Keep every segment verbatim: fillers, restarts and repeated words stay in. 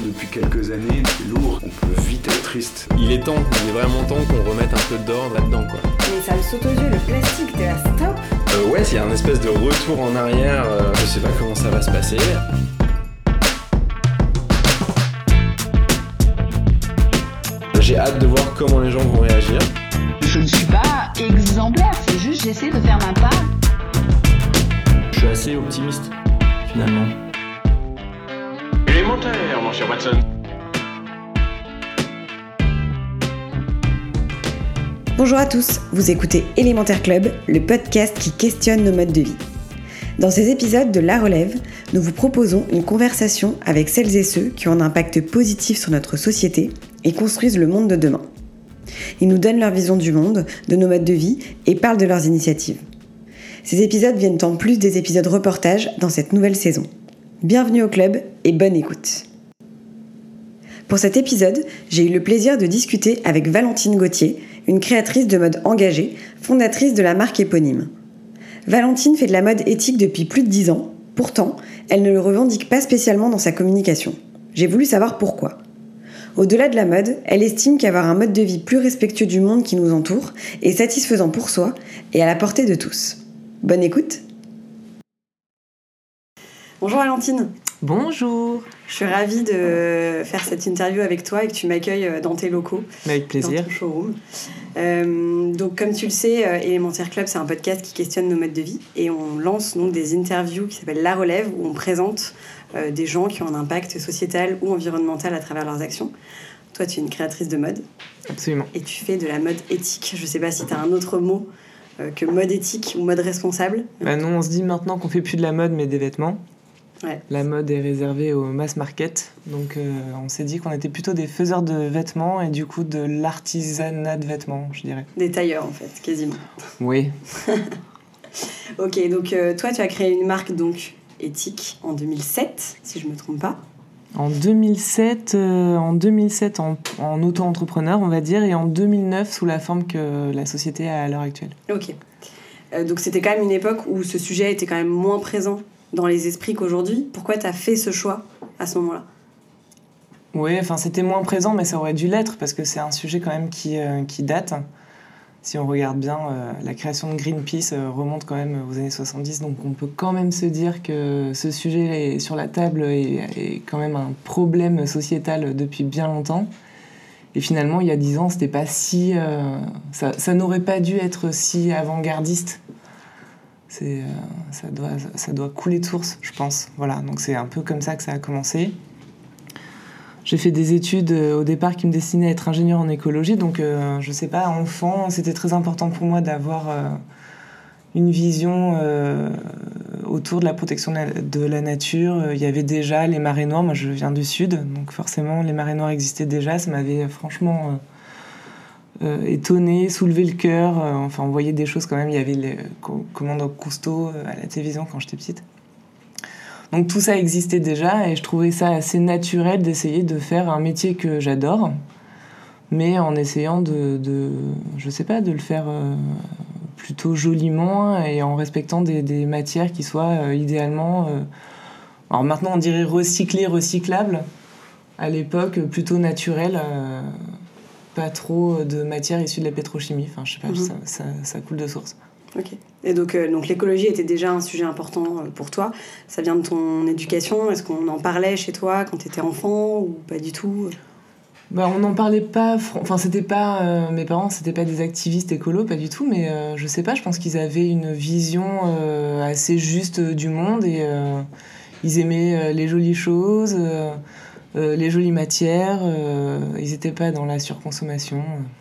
depuis quelques années, c'est lourd, on peut vite être triste. Il est temps, il est vraiment temps qu'on remette un peu d'ordre là-dedans, quoi. Mais ça me saute aux yeux, le plastique, t'es là, stop. Euh, ouais, il y a un espèce de retour en arrière, euh, je sais pas comment ça va se passer. J'ai hâte de voir comment les gens vont réagir. Je ne suis pas exemplaire, c'est juste j'essaie de faire ma part. Je suis assez optimiste, finalement. Élémentaire, mon cher Watson. Bonjour à tous, vous écoutez Élémentaire Club, le podcast qui questionne nos modes de vie. Dans ces épisodes de La Relève, nous vous proposons une conversation avec celles et ceux qui ont un impact positif sur notre société et construisent le monde de demain. Ils nous donnent leur vision du monde, de nos modes de vie et parlent de leurs initiatives. Ces épisodes viennent en plus des épisodes reportages dans cette nouvelle saison. Bienvenue au club et bonne écoute. Pour cet épisode, j'ai eu le plaisir de discuter avec Valentine Gauthier, une créatrice de mode engagée, fondatrice de la marque éponyme. Valentine fait de la mode éthique depuis plus de dix ans, pourtant, elle ne le revendique pas spécialement dans sa communication. J'ai voulu savoir pourquoi. Au-delà de la mode, elle estime qu'avoir un mode de vie plus respectueux du monde qui nous entoure est satisfaisant pour soi et à la portée de tous. Bonne écoute. Bonjour Valentine. Bonjour. Je suis ravie de faire cette interview avec toi et que tu m'accueilles dans tes locaux. Avec plaisir. Dans ton showroom. Euh, donc comme tu le sais, euh, Élémentaire Club, c'est un podcast qui questionne nos modes de vie et on lance donc des interviews qui s'appellent La Relève où on présente euh, des gens qui ont un impact sociétal ou environnemental à travers leurs actions. Toi, tu es une créatrice de mode. Absolument. Et tu fais de la mode éthique. Je ne sais pas si tu as un autre mot euh, que mode éthique ou mode responsable. Bah non, on se dit maintenant qu'on fait plus de la mode mais des vêtements. Ouais. La mode est réservée au mass market, donc euh, on s'est dit qu'on était plutôt des faiseurs de vêtements et du coup de l'artisanat de vêtements, je dirais. Des tailleurs en fait, quasiment. Oui. Ok, donc euh, toi tu as créé une marque donc éthique en deux mille sept, si je me trompe pas. En deux mille sept, euh, en deux mille sept en, en auto-entrepreneur on va dire, et en deux mille neuf sous la forme que la société a à l'heure actuelle. Ok, euh, donc c'était quand même une époque où ce sujet était quand même moins présent dans les esprits qu'aujourd'hui. Pourquoi tu as fait ce choix à ce moment-là ? Oui, enfin c'était moins présent, mais ça aurait dû l'être, parce que c'est un sujet quand même qui, euh, qui date. Si on regarde bien, euh, la création de Greenpeace euh, remonte quand même aux années soixante-dix, donc on peut quand même se dire que ce sujet est sur la table et est quand même un problème sociétal depuis bien longtemps. Et finalement, il y a dix ans, c'était pas si... Euh, ça, ça n'aurait pas dû être si avant-gardiste. C'est, euh, ça, doit, ça doit couler de source, je pense. Voilà, donc c'est un peu comme ça que ça a commencé. J'ai fait des études euh, au départ qui me destinaient à être ingénieur en écologie, donc euh, je sais pas, enfant, c'était très important pour moi d'avoir euh, une vision euh, autour de la protection de la, de la nature. Il y avait déjà les marées noires, moi je viens du sud, donc forcément les marées noires existaient déjà, ça m'avait franchement... Euh, Euh, étonné, soulevé le cœur, euh, enfin on voyait des choses quand même, il y avait les co- commandant Cousteau euh, à la télévision quand j'étais petite. Donc tout ça existait déjà et je trouvais ça assez naturel d'essayer de faire un métier que j'adore, mais en essayant de, de je sais pas, de le faire euh, plutôt joliment et en respectant des, des matières qui soient euh, idéalement, euh, alors maintenant on dirait recyclées, recyclables, à l'époque plutôt naturelles. Euh, pas trop de matière issue de la pétrochimie, enfin je sais pas, mmh. ça, ça, ça coule de source. Ok. Et donc, euh, donc l'écologie était déjà un sujet important pour toi. Ça vient de ton éducation. Est-ce qu'on en parlait chez toi quand tu étais enfant ou pas du tout ? Bah, on n'en parlait pas, enfin c'était pas, euh, mes parents c'était pas des activistes écolos, pas du tout, mais euh, je sais pas, je pense qu'ils avaient une vision euh, assez juste du monde et euh, ils aimaient euh, les jolies choses, euh, Euh, les jolies matières, euh, ils n'étaient pas dans la surconsommation.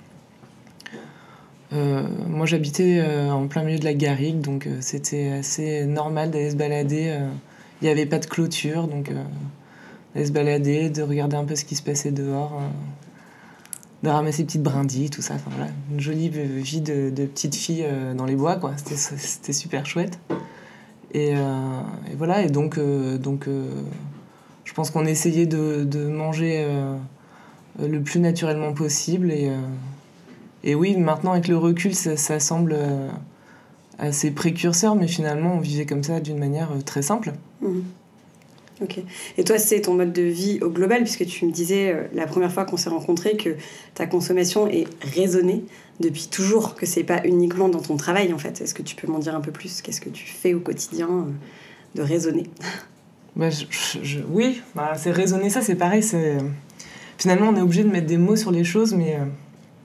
Euh, moi j'habitais euh, en plein milieu de la garrigue, donc euh, c'était assez normal d'aller se balader. Il euh, n'y avait pas de clôture, donc euh, d'aller se balader, de regarder un peu ce qui se passait dehors, euh, de ramasser des petites brindilles, tout ça. Enfin, voilà, une jolie vie de, de petite fille euh, dans les bois, quoi. C'était, c'était super chouette. Et, euh, et voilà, et donc... Euh, donc euh, je pense qu'on essayait de, de manger euh, le plus naturellement possible. Et, euh, et oui, maintenant, avec le recul, ça, ça semble euh, assez précurseur, mais finalement, on vivait comme ça d'une manière euh, très simple. Mmh. Ok. Et toi, c'est ton mode de vie au global, puisque tu me disais euh, la première fois qu'on s'est rencontrés que ta consommation est raisonnée depuis toujours, que c'est pas uniquement dans ton travail en fait. Est-ce que tu peux m'en dire un peu plus ? Qu'est-ce que tu fais au quotidien euh, de raisonner ? Bah, je, je, oui, bah, c'est raisonner, ça c'est pareil. C'est... Finalement, on est obligé de mettre des mots sur les choses, mais, euh,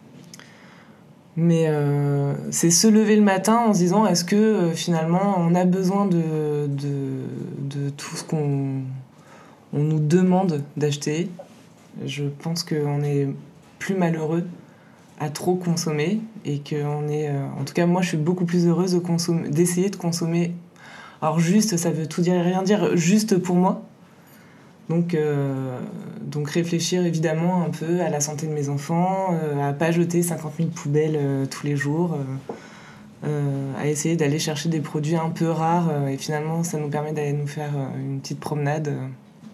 mais euh, c'est se lever le matin en se disant est-ce que euh, finalement on a besoin de, de, de tout ce qu'on on nous demande d'acheter. Je pense qu'on est plus malheureux à trop consommer et qu'on est... Euh, en tout cas, moi, je suis beaucoup plus heureuse de consommer, d'essayer de consommer. Alors juste, ça veut tout dire et rien dire, juste pour moi. Donc, euh, donc réfléchir évidemment un peu à la santé de mes enfants, euh, à pas jeter cinquante mille poubelles euh, tous les jours, euh, euh, à essayer d'aller chercher des produits un peu rares euh, et finalement ça nous permet d'aller nous faire euh, une petite promenade euh,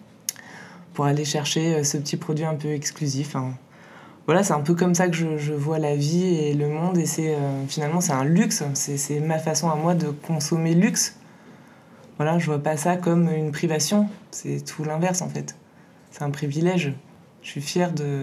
pour aller chercher euh, ce petit produit un peu exclusif. Hein. Voilà, c'est un peu comme ça que je, je vois la vie et le monde et c'est euh, finalement c'est un luxe, c'est, c'est ma façon à moi de consommer luxe. Voilà, je vois pas ça comme une privation, c'est tout l'inverse en fait. C'est un privilège. Je suis fière de,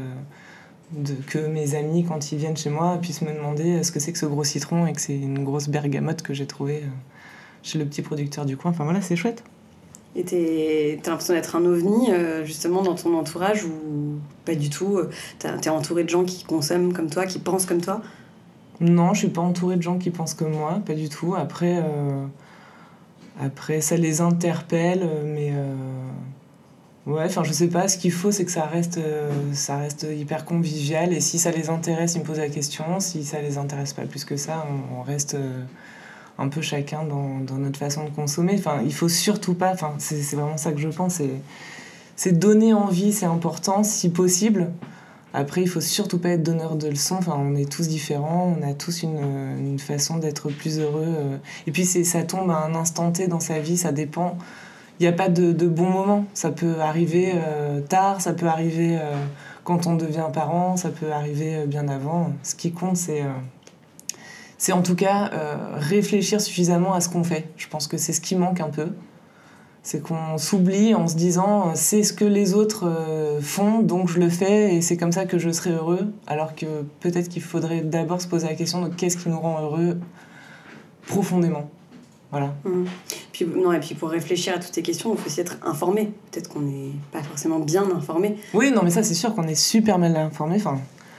de que mes amis, quand ils viennent chez moi, puissent me demander ce que c'est que ce gros citron et que c'est une grosse bergamote que j'ai trouvée chez le petit producteur du coin. Enfin voilà, c'est chouette. Et t'es, t'as l'impression d'être un ovni, euh, justement, dans ton entourage ou pas du tout ? T'es, t'es entouré de gens qui consomment comme toi, qui pensent comme toi ? Non, je suis pas entourée de gens qui pensent comme moi, pas du tout. Après... Euh... Après, ça les interpelle, mais euh... ouais, enfin, je sais pas. Ce qu'il faut, c'est que ça reste, euh, ça reste hyper convivial. Et si ça les intéresse, ils me posent la question. Si ça les intéresse pas plus que ça, on, on reste euh, un peu chacun dans, dans notre façon de consommer. Enfin, il faut surtout pas. Enfin, c'est, c'est vraiment ça que je pense. C'est, c'est donner envie, c'est important, si possible. Après, il faut surtout pas être donneur de leçons. Enfin, on est tous différents, on a tous une, une façon d'être plus heureux. Et puis, c'est, ça tombe à un instant T dans sa vie, ça dépend. Il n'y a pas de, de bon moment. Ça peut arriver euh, tard, ça peut arriver euh, quand on devient parent, ça peut arriver euh, bien avant. Ce qui compte, c'est, euh, c'est en tout cas euh, réfléchir suffisamment à ce qu'on fait. Je pense que c'est ce qui manque un peu. C'est qu'on s'oublie en se disant c'est ce que les autres euh, font, donc je le fais et c'est comme ça que je serai heureux. Alors que peut-être qu'il faudrait d'abord se poser la question de qu'est-ce qui nous rend heureux profondément. Voilà. Mmh. Puis, non, et puis pour réfléchir à toutes ces questions, il faut aussi être informé. Peut-être qu'on n'est pas forcément bien informé. Oui, non, mais ça c'est sûr qu'on est super mal informé. Enfin,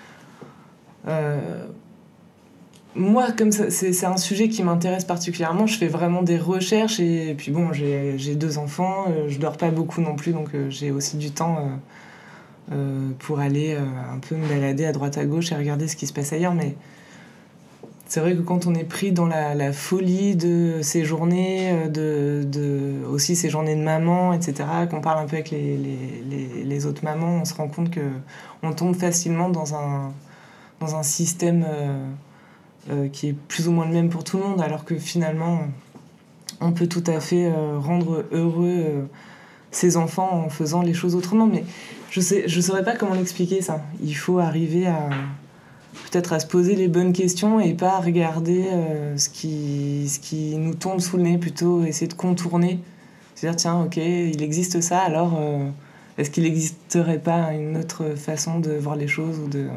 euh, moi, comme ça, c'est, c'est un sujet qui m'intéresse particulièrement, je fais vraiment des recherches et, et puis bon, j'ai, j'ai deux enfants, euh, je dors pas beaucoup non plus, donc euh, j'ai aussi du temps euh, euh, pour aller euh, un peu me balader à droite à gauche et regarder ce qui se passe ailleurs. Mais c'est vrai que quand on est pris dans la, la folie de ces journées, de, de, aussi ces journées de maman, et cetera, qu'on parle un peu avec les, les, les, les autres mamans, on se rend compte qu'on tombe facilement dans un, dans un système... Euh, Euh, qui est plus ou moins le même pour tout le monde, alors que finalement, on peut tout à fait euh, rendre heureux euh, ses enfants en faisant les choses autrement. Mais je sais, je saurais pas comment l'expliquer, ça. Il faut arriver à peut-être à se poser les bonnes questions et pas regarder euh, ce qui, ce qui nous tombe sous le nez, plutôt essayer de contourner. C'est-à-dire, tiens, ok, il existe ça, alors euh, est-ce qu'il n'existerait pas une autre façon de voir les choses ou de...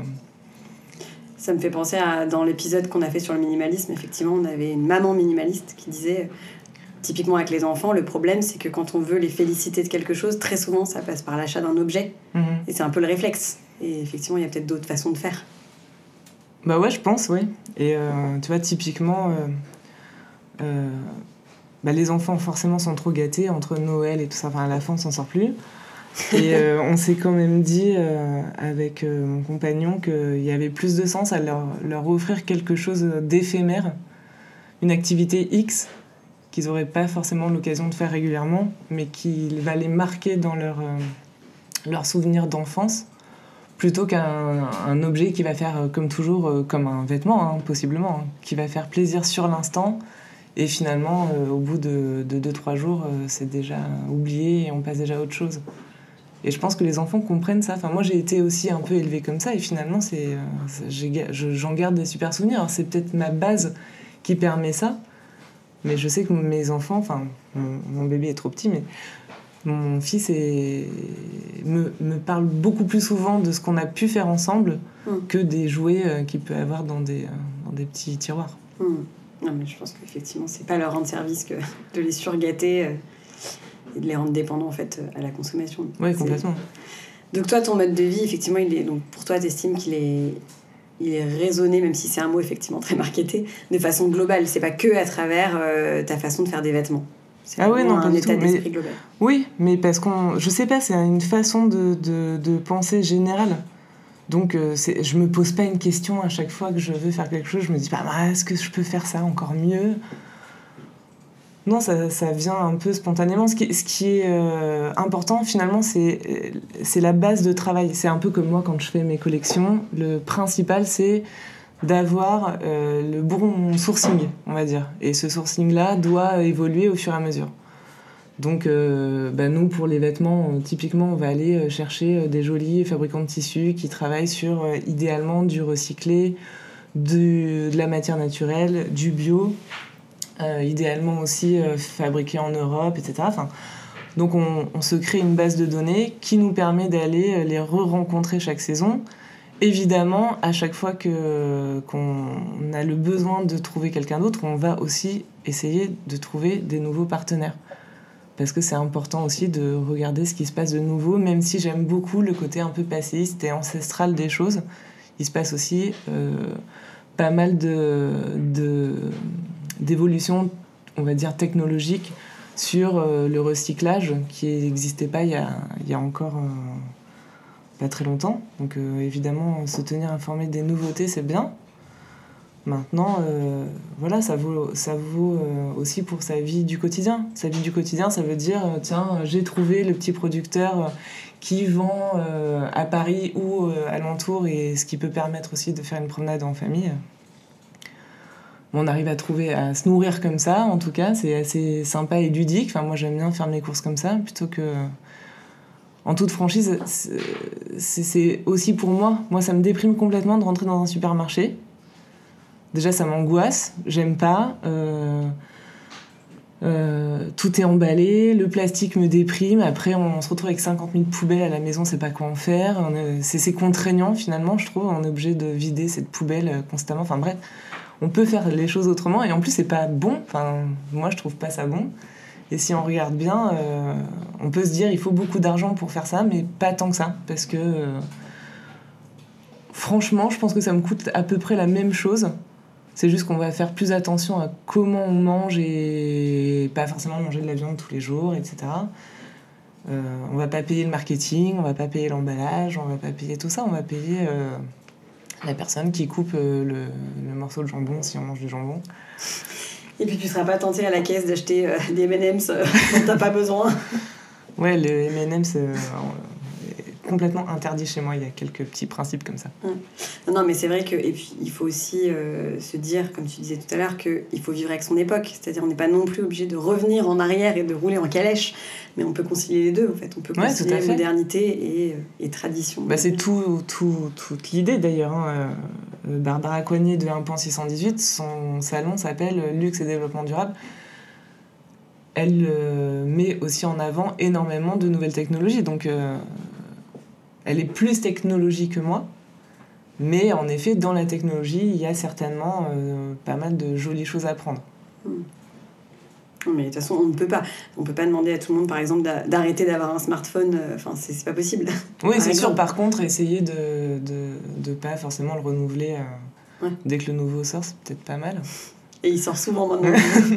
Ça me fait penser à, dans l'épisode qu'on a fait sur le minimalisme, effectivement, on avait une maman minimaliste qui disait, typiquement avec les enfants, le problème, c'est que quand on veut les féliciter de quelque chose, très souvent, ça passe par l'achat d'un objet. Mmh. Et c'est un peu le réflexe. Et effectivement, il y a peut-être d'autres façons de faire. Bah ouais, je pense, oui. Et euh, tu vois, typiquement, euh, euh, bah les enfants, forcément, sont trop gâtés entre Noël et tout ça. Enfin, à la fin, on s'en sort plus. Et euh, on s'est quand même dit euh, avec euh, mon compagnon qu'il y avait plus de sens à leur, leur offrir quelque chose d'éphémère, une activité X qu'ils n'auraient pas forcément l'occasion de faire régulièrement, mais qui va les marquer dans leur, euh, leur souvenir d'enfance, plutôt qu'un un objet qui va faire, euh, comme toujours, euh, comme un vêtement, hein, possiblement, hein, qui va faire plaisir sur l'instant, et finalement, euh, au bout de deux trois jours, euh, c'est déjà oublié et on passe déjà à autre chose. Et je pense que les enfants comprennent ça. Enfin, moi, j'ai été aussi un peu élevée comme ça. Et finalement, c'est, euh, c'est, j'ai, je, j'en garde des super souvenirs. Alors, c'est peut-être ma base qui permet ça. Mais je sais que mes enfants... Enfin, mon, mon bébé est trop petit, mais Mon fils est... me, me parle beaucoup plus souvent de ce qu'on a pu faire ensemble mmh. que des jouets euh, qu'il peut avoir dans des, euh, dans des petits tiroirs. Mmh. Non, mais je pense qu'effectivement, c'est pas leur rendre service que de les surgâter euh, et de les rendre dépendants en fait, à la consommation. Oui, complètement. Donc toi, ton mode de vie, effectivement, il est... donc, pour toi, tu estimes qu'il est... il est raisonné, même si c'est un mot effectivement très marketé, de façon globale. C'est pas que à travers euh, ta façon de faire des vêtements. C'est ah oui, non, un état tout, d'esprit mais... global. Oui, mais parce qu'on... Je sais pas, c'est une façon de, de, de penser générale. Donc, euh, c'est... je me pose pas une question à chaque fois que je veux faire quelque chose. Je me dis pas, bah, est-ce que je peux faire ça encore mieux ? Non, ça, ça vient un peu spontanément. Ce qui, ce qui est euh, important, finalement, c'est, c'est la base de travail. C'est un peu comme moi, quand je fais mes collections. Le principal, c'est d'avoir euh, le bon sourcing, on va dire. Et ce sourcing-là doit évoluer au fur et à mesure. Donc, euh, bah nous, pour les vêtements, euh, typiquement, on va aller chercher euh, des jolis fabricants de tissus qui travaillent sur, euh, idéalement, du recyclé, du, de la matière naturelle, du bio, euh, idéalement aussi euh, fabriqué en Europe, et cetera. Enfin, donc, on, on se crée une base de données qui nous permet d'aller les re-rencontrer chaque saison. Évidemment, à chaque fois que, qu'on a le besoin de trouver quelqu'un d'autre, on va aussi essayer de trouver des nouveaux partenaires. Parce que c'est important aussi de regarder ce qui se passe de nouveau, même si j'aime beaucoup le côté un peu passéiste et ancestral des choses. Il se passe aussi euh, pas mal de, de, d'évolutions, on va dire, technologiques sur euh, le recyclage qui n'existait pas il y a, il y a encore... Euh, pas très longtemps, donc euh, évidemment se tenir informé des nouveautés c'est bien. Maintenant, euh, voilà, ça vaut, ça vaut euh, aussi pour sa vie du quotidien. Sa vie du quotidien, ça veut dire euh, tiens, j'ai trouvé le petit producteur euh, qui vend euh, à Paris ou euh, alentour, et ce qui peut permettre aussi de faire une promenade en famille. On arrive à trouver, à se nourrir comme ça, en tout cas, c'est assez sympa et ludique. Enfin, moi j'aime bien faire mes courses comme ça plutôt que. En toute franchise, c'est, c'est aussi pour moi. Moi, ça me déprime complètement de rentrer dans un supermarché. Déjà, ça m'angoisse. J'aime pas. Euh, euh, tout est emballé. Le plastique me déprime. Après, on se retrouve avec cinquante mille poubelles à la maison. On sait pas quoi en faire. On est, c'est, c'est contraignant, finalement, je trouve. On est obligé de vider cette poubelle constamment. Enfin, bref, on peut faire les choses autrement. Et en plus, c'est pas bon. Enfin, moi, je trouve pas ça bon. Et si on regarde bien, euh, on peut se dire il faut beaucoup d'argent pour faire ça, mais pas tant que ça. Parce que, euh, franchement, je pense que ça me coûte à peu près la même chose. C'est juste qu'on va faire plus attention à comment on mange et pas forcément manger de la viande tous les jours, et cetera. Euh, on va pas payer le marketing, on va pas payer l'emballage, on va pas payer tout ça. On va payer euh, la personne qui coupe euh, le, le morceau de jambon si on mange du jambon. Et puis tu seras pas tenté à la caisse d'acheter euh, des M and M's euh, dont t'as pas besoin. Ouais, le M and M's euh, est complètement interdit chez moi. Il y a quelques petits principes comme ça. Hum. Non, non, mais c'est vrai que et puis il faut aussi euh, se dire, comme tu disais tout à l'heure, qu'il faut vivre avec son époque. C'est-à-dire on n'est pas non plus obligé de revenir en arrière et de rouler en calèche, mais on peut concilier les deux. En fait, on peut concilier ouais, modernité et, et tradition. Bah, c'est tout, tout, toute l'idée d'ailleurs. Hein. Barbara Coignet de un point six cent dix-huit, son salon s'appelle Luxe et développement durable. Elle euh, met aussi en avant énormément de nouvelles technologies. Donc, euh, elle est plus technologie que moi. Mais en effet, dans la technologie, il y a certainement euh, pas mal de jolies choses à apprendre. Mmh. Mais de toute façon, on ne peut pas. On peut pas demander à tout le monde, par exemple, d'arrêter d'avoir un smartphone. Enfin, c'est, c'est pas possible. Oui, c'est exemple. sûr. Par contre, essayer de de de pas forcément le renouveler euh, ouais. dès que le nouveau sort, c'est peut-être pas mal. Et il sort souvent maintenant.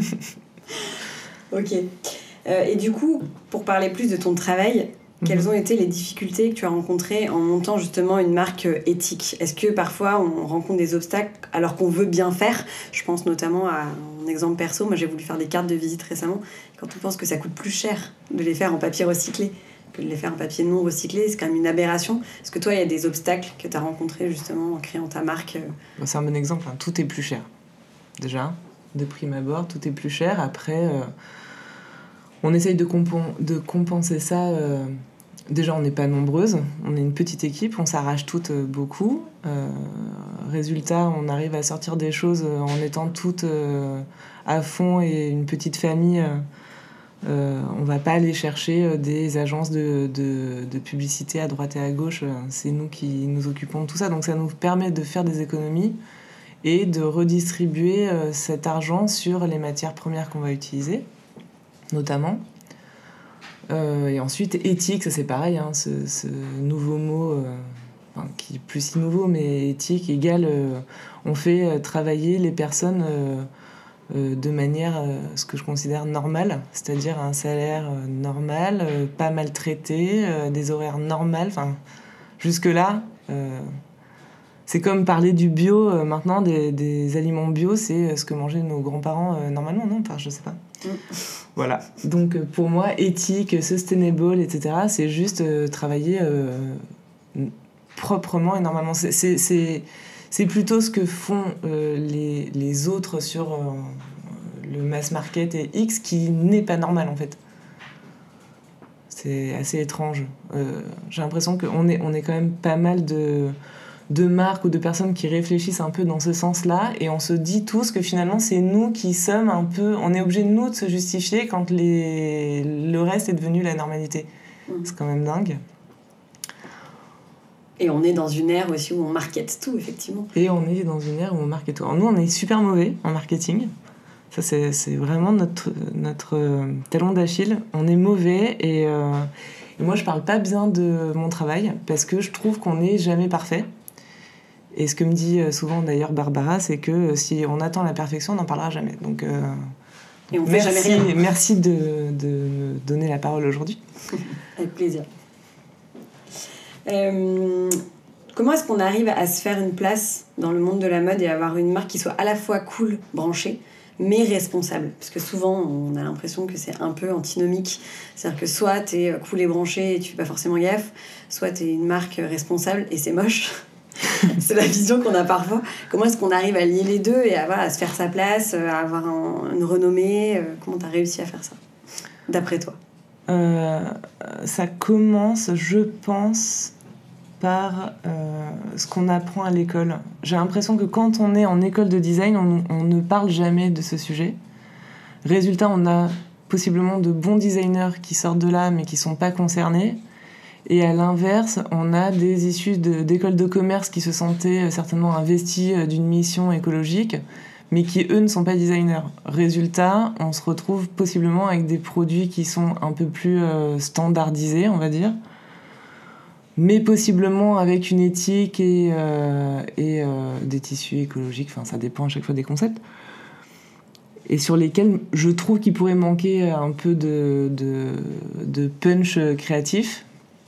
Ok. Euh, et du coup, pour parler plus de ton travail, mmh. quelles ont été les difficultés que tu as rencontrées en montant justement une marque éthique ? Est-ce que parfois on rencontre des obstacles alors qu'on veut bien faire ? Je pense notamment à un exemple perso. Moi, j'ai voulu faire des cartes de visite récemment. Quand on pense que ça coûte plus cher de les faire en papier recyclé que de les faire en papier non recyclé, c'est quand même une aberration. Est-ce que toi, il y a des obstacles que tu as rencontrés justement en créant ta marque ? C'est un bon exemple. Hein. Tout est plus cher. Déjà, de prime abord, tout est plus cher. Après, euh, on essaye de, compen- de compenser ça... Euh, Déjà, on n'est pas nombreuses, on est une petite équipe, on s'arrache toutes beaucoup. Euh, résultat, on arrive à sortir des choses en étant toutes euh, à fond et une petite famille Euh, on va pas aller chercher des agences de, de, de publicité à droite et à gauche. C'est nous qui nous occupons de tout ça. Donc ça nous permet de faire des économies et de redistribuer euh, cet argent sur les matières premières qu'on va utiliser, notamment. Euh, et ensuite, éthique, ça c'est pareil, hein, ce, ce nouveau mot, euh, enfin, qui est plus si nouveau, mais éthique égale, euh, on fait euh, travailler les personnes euh, euh, de manière, euh, ce que je considère normale, c'est-à-dire un salaire euh, normal, euh, pas maltraité, euh, des horaires normaux, enfin, jusque-là, euh, c'est comme parler du bio, euh, maintenant, des, des aliments bio, c'est ce que mangeaient nos grands-parents euh, normalement, non? Enfin, je sais pas. Mm. Voilà, donc pour moi, éthique, sustainable, et cetera, c'est juste euh, travailler euh, proprement et normalement. C'est, c'est, c'est, c'est plutôt ce que font euh, les, les autres sur euh, le mass market et X qui n'est pas normal en fait. C'est assez étrange. Euh, j'ai l'impression qu'on est, on est quand même pas mal de... de marques ou de personnes qui réfléchissent un peu dans ce sens-là, et on se dit tous que finalement c'est nous qui sommes un peu, on est obligé nous de se justifier quand les... le reste est devenu la normalité. Mmh. C'est quand même dingue. Et on est dans une ère aussi où on market tout, effectivement. Et on est dans une ère où on market tout. Alors nous, on est super mauvais en marketing. Ça, c'est, c'est vraiment notre, notre euh, talon d'Achille. On est mauvais, et, euh, et moi, je parle pas bien de mon travail parce que je trouve qu'on n'est jamais parfait. Et ce que me dit souvent d'ailleurs Barbara, c'est que si on attend la perfection, on n'en parlera jamais. Donc, euh, et on fait merci, jamais rien. Merci de, de me donner la parole aujourd'hui. Avec plaisir. Euh, comment est-ce qu'on arrive à se faire une place dans le monde de la mode et avoir une marque qui soit à la fois cool, branchée, mais responsable? Parce que souvent, on a l'impression que c'est un peu antinomique. C'est-à-dire que soit t'es cool et branché et tu fais pas forcément gaffe, soit t'es une marque responsable et c'est moche. C'est la vision qu'on a parfois. Comment est-ce qu'on arrive à lier les deux et à, voilà, à se faire sa place, à avoir un, une renommée? Comment tu as réussi à faire ça, d'après toi? euh, Ça commence, je pense, par euh, ce qu'on apprend à l'école. J'ai l'impression que quand on est en école de design, on, on ne parle jamais de ce sujet. Résultat, on a possiblement de bons designers qui sortent de là, mais qui ne sont pas concernés. Et à l'inverse, on a des issus de, d'écoles de commerce qui se sentaient certainement investis d'une mission écologique, mais qui, eux, ne sont pas designers. Résultat, on se retrouve possiblement avec des produits qui sont un peu plus euh, standardisés, on va dire, mais possiblement avec une éthique et, euh, et euh, des tissus écologiques. Enfin, ça dépend à chaque fois des concepts. Et sur lesquels je trouve qu'il pourrait manquer un peu de, de, de punch créatif.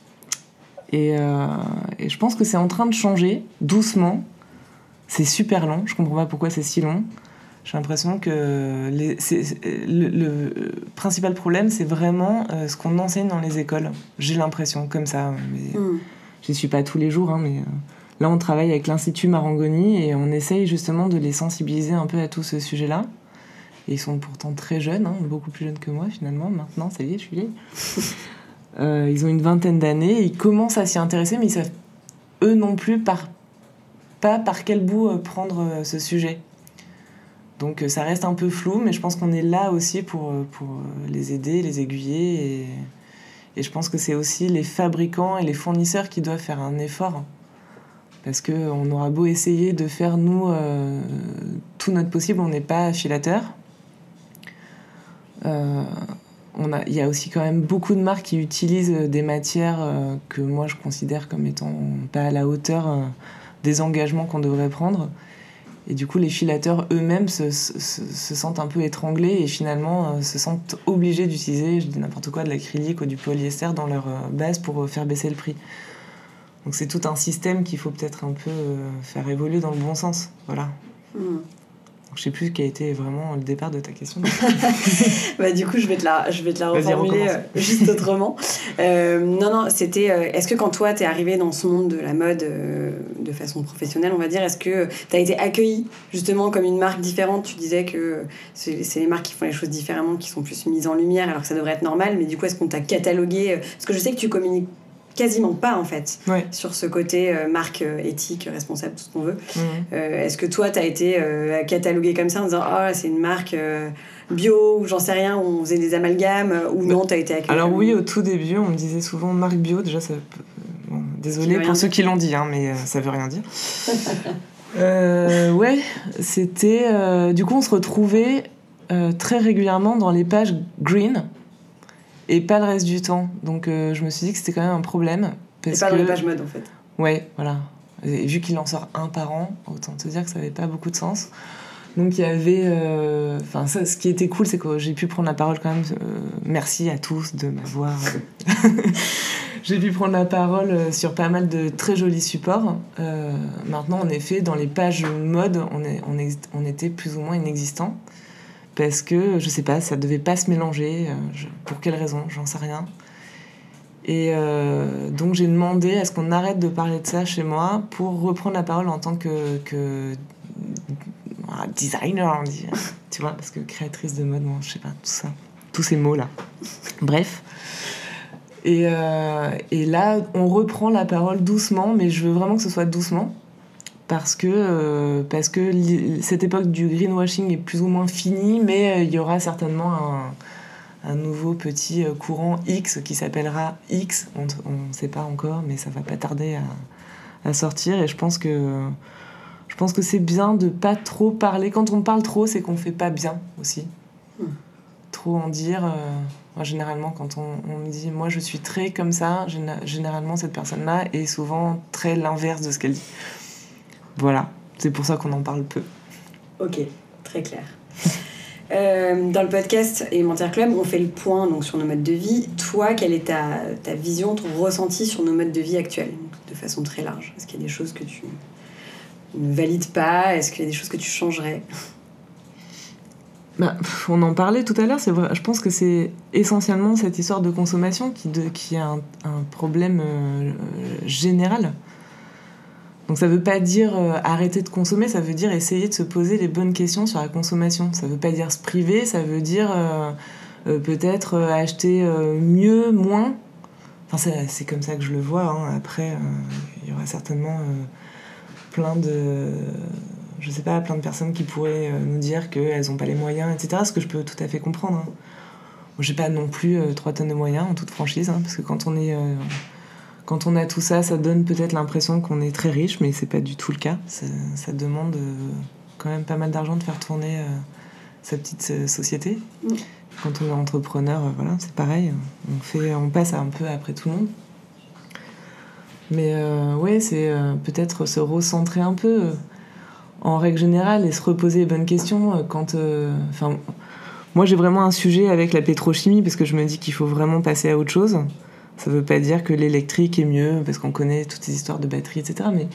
Et, euh, et je pense que c'est en train de changer, doucement. C'est super long, je comprends pas pourquoi c'est si long. J'ai l'impression que les, c'est, c'est, le, le principal problème, c'est vraiment euh, ce qu'on enseigne dans les écoles. J'ai l'impression, comme ça. Mais mm. J'y suis pas tous les jours, hein, mais euh, là, on travaille avec l'Institut Marangoni et on essaye justement de les sensibiliser un peu à tout ce sujet-là. Et ils sont pourtant très jeunes, hein, beaucoup plus jeunes que moi, finalement. Maintenant, ça y est, je suis vieille. Euh, ils ont une vingtaine d'années, ils commencent à s'y intéresser, mais ils savent eux non plus par, pas par quel bout euh, prendre euh, ce sujet. Donc euh, ça reste un peu flou, mais je pense qu'on est là aussi pour, pour les aider, les aiguiller. Et, et je pense que c'est aussi les fabricants et les fournisseurs qui doivent faire un effort. Parce qu'on aura beau essayer de faire, nous, euh, tout notre possible, on n'est pas filateur. Euh, On a, il y a aussi quand même beaucoup de marques qui utilisent des matières euh, que moi je considère comme étant pas à la hauteur euh, des engagements qu'on devrait prendre. Et du coup, les filateurs eux-mêmes se, se, se sentent un peu étranglés et finalement euh, se sentent obligés d'utiliser, je dis n'importe quoi, de l'acrylique ou du polyester dans leur euh, base pour euh, faire baisser le prix. Donc c'est tout un système qu'il faut peut-être un peu euh, faire évoluer dans le bon sens. Voilà. Mmh. Je ne sais plus quel a été vraiment le départ de ta question. bah, du coup, je vais te la, je vais te la reformuler euh, juste autrement. euh, non, non, c'était... Euh, est-ce que quand toi, tu es arrivé dans ce monde de la mode euh, de façon professionnelle, on va dire, est-ce que tu as été accueilli justement comme une marque différente? Tu disais que c'est, c'est les marques qui font les choses différemment, qui sont plus mises en lumière, alors que ça devrait être normal. Mais du coup, est-ce qu'on t'a catalogué? Parce que je sais que tu communiques quasiment pas en fait, ouais. sur ce côté euh, marque euh, éthique, responsable, tout ce qu'on veut. Mmh. Euh, est-ce que toi, tu as été euh, catalogué comme ça en disant « Oh, c'est une marque euh, bio ou j'en sais rien, où on faisait des amalgames, ou non, t'as été accueilli? Alors oui, au tout début, on me disait souvent marque bio. Déjà, ça... bon, désolée pour ceux qui l'ont dit, hein, mais euh, ça veut rien dire. euh, ouais, c'était... Euh, du coup, on se retrouvait euh, très régulièrement dans les pages green et pas le reste du temps. Donc euh, je me suis dit que c'était quand même un problème. Parce et pas que... dans les pages mode, en fait. Ouais, voilà. Et vu qu'il en sort un par an, autant te dire que ça n'avait pas beaucoup de sens. Donc il y avait... Enfin, euh, ce qui était cool, c'est que j'ai pu prendre la parole quand même. Euh, merci à tous de m'avoir... J'ai pu prendre la parole sur pas mal de très jolis supports. Euh, maintenant, en effet, dans les pages mode, on, est, on, est, on était plus ou moins inexistants. Parce que, je sais pas, ça devait pas se mélanger. Euh, je, pour quelle raison, j'en sais rien. Et euh, donc, j'ai demandé à ce qu'on arrête de parler de ça chez moi pour reprendre la parole en tant que... que designer, on dit, tu vois, parce que créatrice de mode, bon, je sais pas, tout ça, tous ces mots-là. Bref. Et, euh, et là, on reprend la parole doucement, mais je veux vraiment que ce soit doucement, parce que, euh, parce que li- cette époque du greenwashing est plus ou moins finie, mais euh, il y aura certainement un, un nouveau petit courant X qui s'appellera X, on ne sait pas encore, mais ça va pas tarder à, à sortir, et je pense que Je pense que c'est bien de pas trop parler. Quand on parle trop, c'est qu'on fait pas bien aussi. Mmh. Trop en dire. Euh, moi, généralement, quand on, on me dit « moi, je suis très comme ça », généralement, cette personne-là est souvent très l'inverse de ce qu'elle dit. Voilà. C'est pour ça qu'on en parle peu. Ok, très clair. euh, dans le podcast Élémentaire Club, on fait le point donc, sur nos modes de vie. Toi, quelle est ta, ta vision, ton ressenti sur nos modes de vie actuels, de façon très large? Est-ce qu'il y a des choses que tu... ne valide pas? Est-ce qu'il y a des choses que tu changerais? Bah, on en parlait tout à l'heure, c'est vrai, je pense que c'est essentiellement cette histoire de consommation qui, de, qui a un, un problème euh, général. Donc ça veut pas dire euh, arrêter de consommer, ça veut dire essayer de se poser les bonnes questions sur la consommation. Ça veut pas dire se priver, ça veut dire euh, euh, peut-être euh, acheter euh, mieux, moins. Enfin, c'est, c'est comme ça que je le vois. Hein. Après, il euh, y aura certainement... Euh, plein de je sais pas plein de personnes qui pourraient nous dire qu'elles n'ont pas les moyens, etc., ce que je peux tout à fait comprendre, hein. Moi, j'ai pas non plus euh, trois tonnes de moyens en toute franchise, hein, parce que quand on est euh, quand on a tout ça, ça donne peut-être l'impression qu'on est très riche, mais c'est pas du tout le cas. Ça, ça demande euh, quand même pas mal d'argent de faire tourner euh, sa petite euh, société. Mmh. Quand on est entrepreneur, euh, voilà, c'est pareil, on fait on passe un peu après tout le monde. Mais euh, ouais, c'est euh, peut-être se recentrer un peu euh, en règle générale et se reposer les bonnes questions. Euh, quand, euh, moi, j'ai vraiment un sujet avec la pétrochimie parce que je me dis qu'il faut vraiment passer à autre chose. Ça veut pas dire que l'électrique est mieux parce qu'on connaît toutes ces histoires de batteries, et cetera. Mais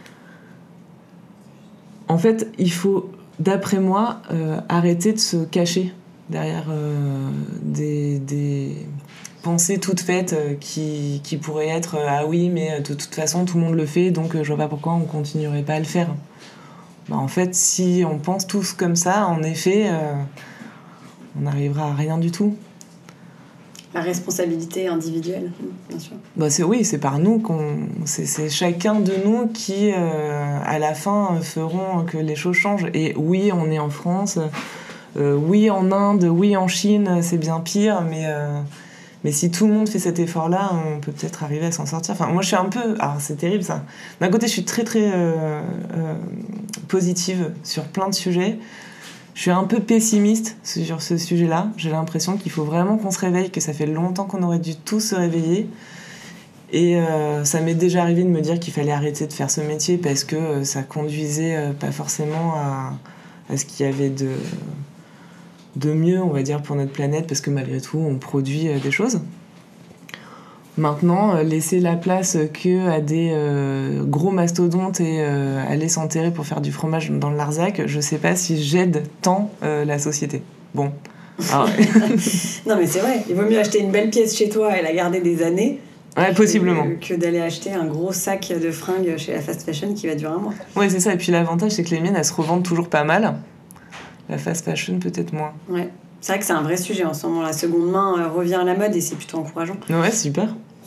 en fait, il faut, d'après moi, euh, arrêter de se cacher derrière euh, des... des pensée toute faite euh, qui, qui pourrait être euh, ah oui mais de toute façon tout le monde le fait donc euh, je vois pas pourquoi on continuerait pas à le faire. Bah, en fait si on pense tous comme ça en effet euh, on n'arrivera à rien du tout. La responsabilité individuelle, bien sûr. Bah c'est oui c'est par nous qu'on c'est, c'est chacun de nous qui euh, à la fin feront que les choses changent. Et oui on est en France, euh, oui en Inde, oui en Chine c'est bien pire mais euh, Mais si tout le monde fait cet effort-là, on peut peut-être arriver à s'en sortir. Enfin, moi, je suis un peu... Alors, c'est terrible, ça. D'un côté, je suis très, très euh, euh, positive sur plein de sujets. Je suis un peu pessimiste sur ce sujet-là. J'ai l'impression qu'il faut vraiment qu'on se réveille, que ça fait longtemps qu'on aurait dû tous se réveiller. Et euh, ça m'est déjà arrivé de me dire qu'il fallait arrêter de faire ce métier parce que euh, ça conduisait euh, pas forcément à, à ce qu'il y avait de... de mieux, on va dire, pour notre planète, parce que malgré tout, on produit euh, des choses. Maintenant, euh, laisser la place que à des euh, gros mastodontes et euh, aller s'enterrer pour faire du fromage dans le Larzac, je sais pas si j'aide tant euh, la société. Bon. Alors... non, mais c'est vrai, il vaut mieux acheter une belle pièce chez toi et la garder des années. Ouais, possiblement. Que, que d'aller acheter un gros sac de fringues chez la fast fashion qui va durer un mois. Ouais, c'est ça. Et puis l'avantage, c'est que les miennes, elles se revendent toujours pas mal. La fast fashion, peut-être moins. Ouais. C'est vrai que c'est un vrai sujet en ce moment. La seconde main euh, revient à la mode et c'est plutôt encourageant. Ouais, super. Parce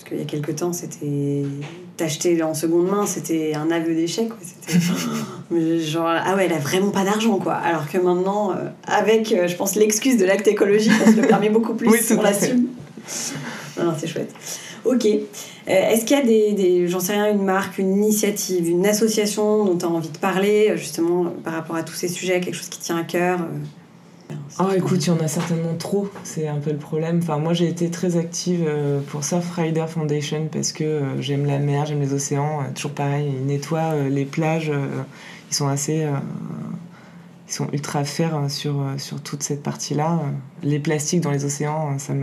Parce qu'il y a quelques temps, c'était... T'acheter en seconde main, c'était un aveu d'échec, quoi. C'était genre, ah ouais, elle a vraiment pas d'argent, quoi. Alors que maintenant, euh, avec, euh, je pense, l'excuse de l'acte écologique, on se le permet beaucoup plus, oui, on l'assume. Non, non, c'est chouette. Ok. Euh, est-ce qu'il y a des, des, j'en sais rien, une marque, une initiative, une association dont tu as envie de parler, justement, par rapport à tous ces sujets, quelque chose qui tient à cœur euh... Oh, écoute, il y en a certainement trop, c'est un peu le problème. Enfin, moi, j'ai été très active euh, pour Surfrider Foundation parce que euh, j'aime la mer, j'aime les océans. Euh, toujours pareil, ils nettoient euh, les plages. Euh, ils sont assez... Euh, ils sont ultra fers euh, sur, euh, sur toute cette partie-là. Les plastiques dans les océans, ça me...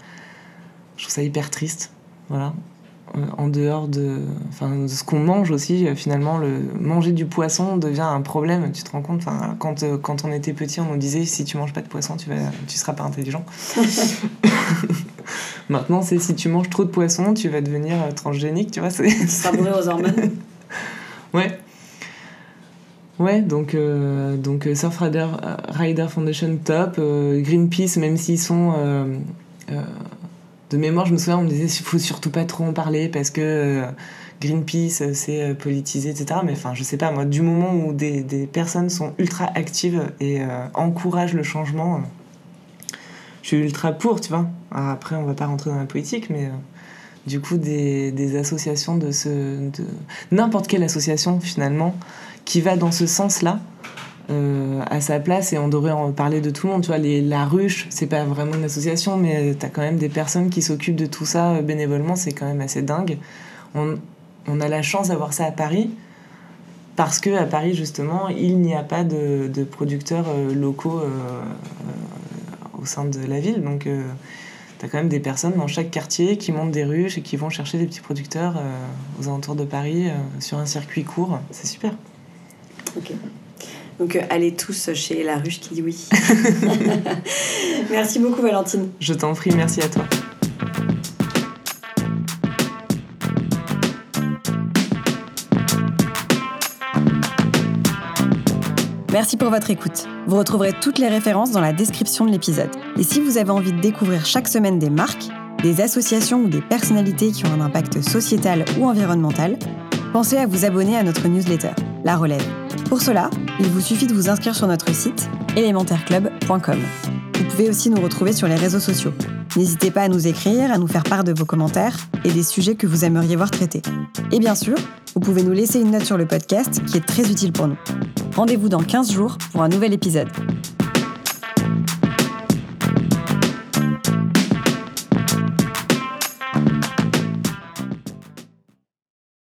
Je trouve ça hyper triste, voilà. Euh, en dehors de, enfin, de ce qu'on mange aussi, euh, finalement, le, manger du poisson devient un problème, tu te rends compte, enfin, quand, euh, quand on était petit, on nous disait si tu manges pas de poisson, tu, vas, tu seras pas intelligent. Maintenant, c'est si tu manges trop de poisson, tu vas devenir euh, transgénique, tu vois. C'est... Tu seras bourré aux hormones. Ouais. Ouais, donc, euh, donc Surfrider Rider Foundation, top. Euh, Greenpeace, même s'ils sont... Euh, euh, de mémoire, je me souviens, on me disait qu'il faut surtout pas trop en parler parce que euh, Greenpeace, c'est euh, politisé, et cetera. Mais enfin, je sais pas, moi, du moment où des, des personnes sont ultra actives et euh, encouragent le changement, euh, je suis ultra pour, tu vois. Alors après, on va pas rentrer dans la politique, mais euh, du coup, des, des associations de ce... De, n'importe quelle association, finalement, qui va dans ce sens-là, Euh, à sa place, et on devrait en parler de tout le monde, tu vois. Les, la ruche, c'est pas vraiment une association, mais t'as quand même des personnes qui s'occupent de tout ça euh, bénévolement, c'est quand même assez dingue. On, on a la chance d'avoir ça à Paris parce que à Paris, justement, il n'y a pas de, de producteurs euh, locaux euh, euh, au sein de la ville, donc euh, t'as quand même des personnes dans chaque quartier qui montent des ruches et qui vont chercher des petits producteurs euh, aux alentours de Paris euh, sur un circuit court, c'est super. Ok. Donc, euh, allez tous chez La Ruche qui dit oui. Merci beaucoup, Valentine. Je t'en prie, merci à toi. Merci pour votre écoute. Vous retrouverez toutes les références dans la description de l'épisode. Et si vous avez envie de découvrir chaque semaine des marques, des associations ou des personnalités qui ont un impact sociétal ou environnemental, pensez à vous abonner à notre newsletter, La Relève. Pour cela, il vous suffit de vous inscrire sur notre site élémentaire club point com. Vous pouvez aussi nous retrouver sur les réseaux sociaux. N'hésitez pas à nous écrire, à nous faire part de vos commentaires et des sujets que vous aimeriez voir traités. Et bien sûr, vous pouvez nous laisser une note sur le podcast qui est très utile pour nous. Rendez-vous dans quinze jours pour un nouvel épisode.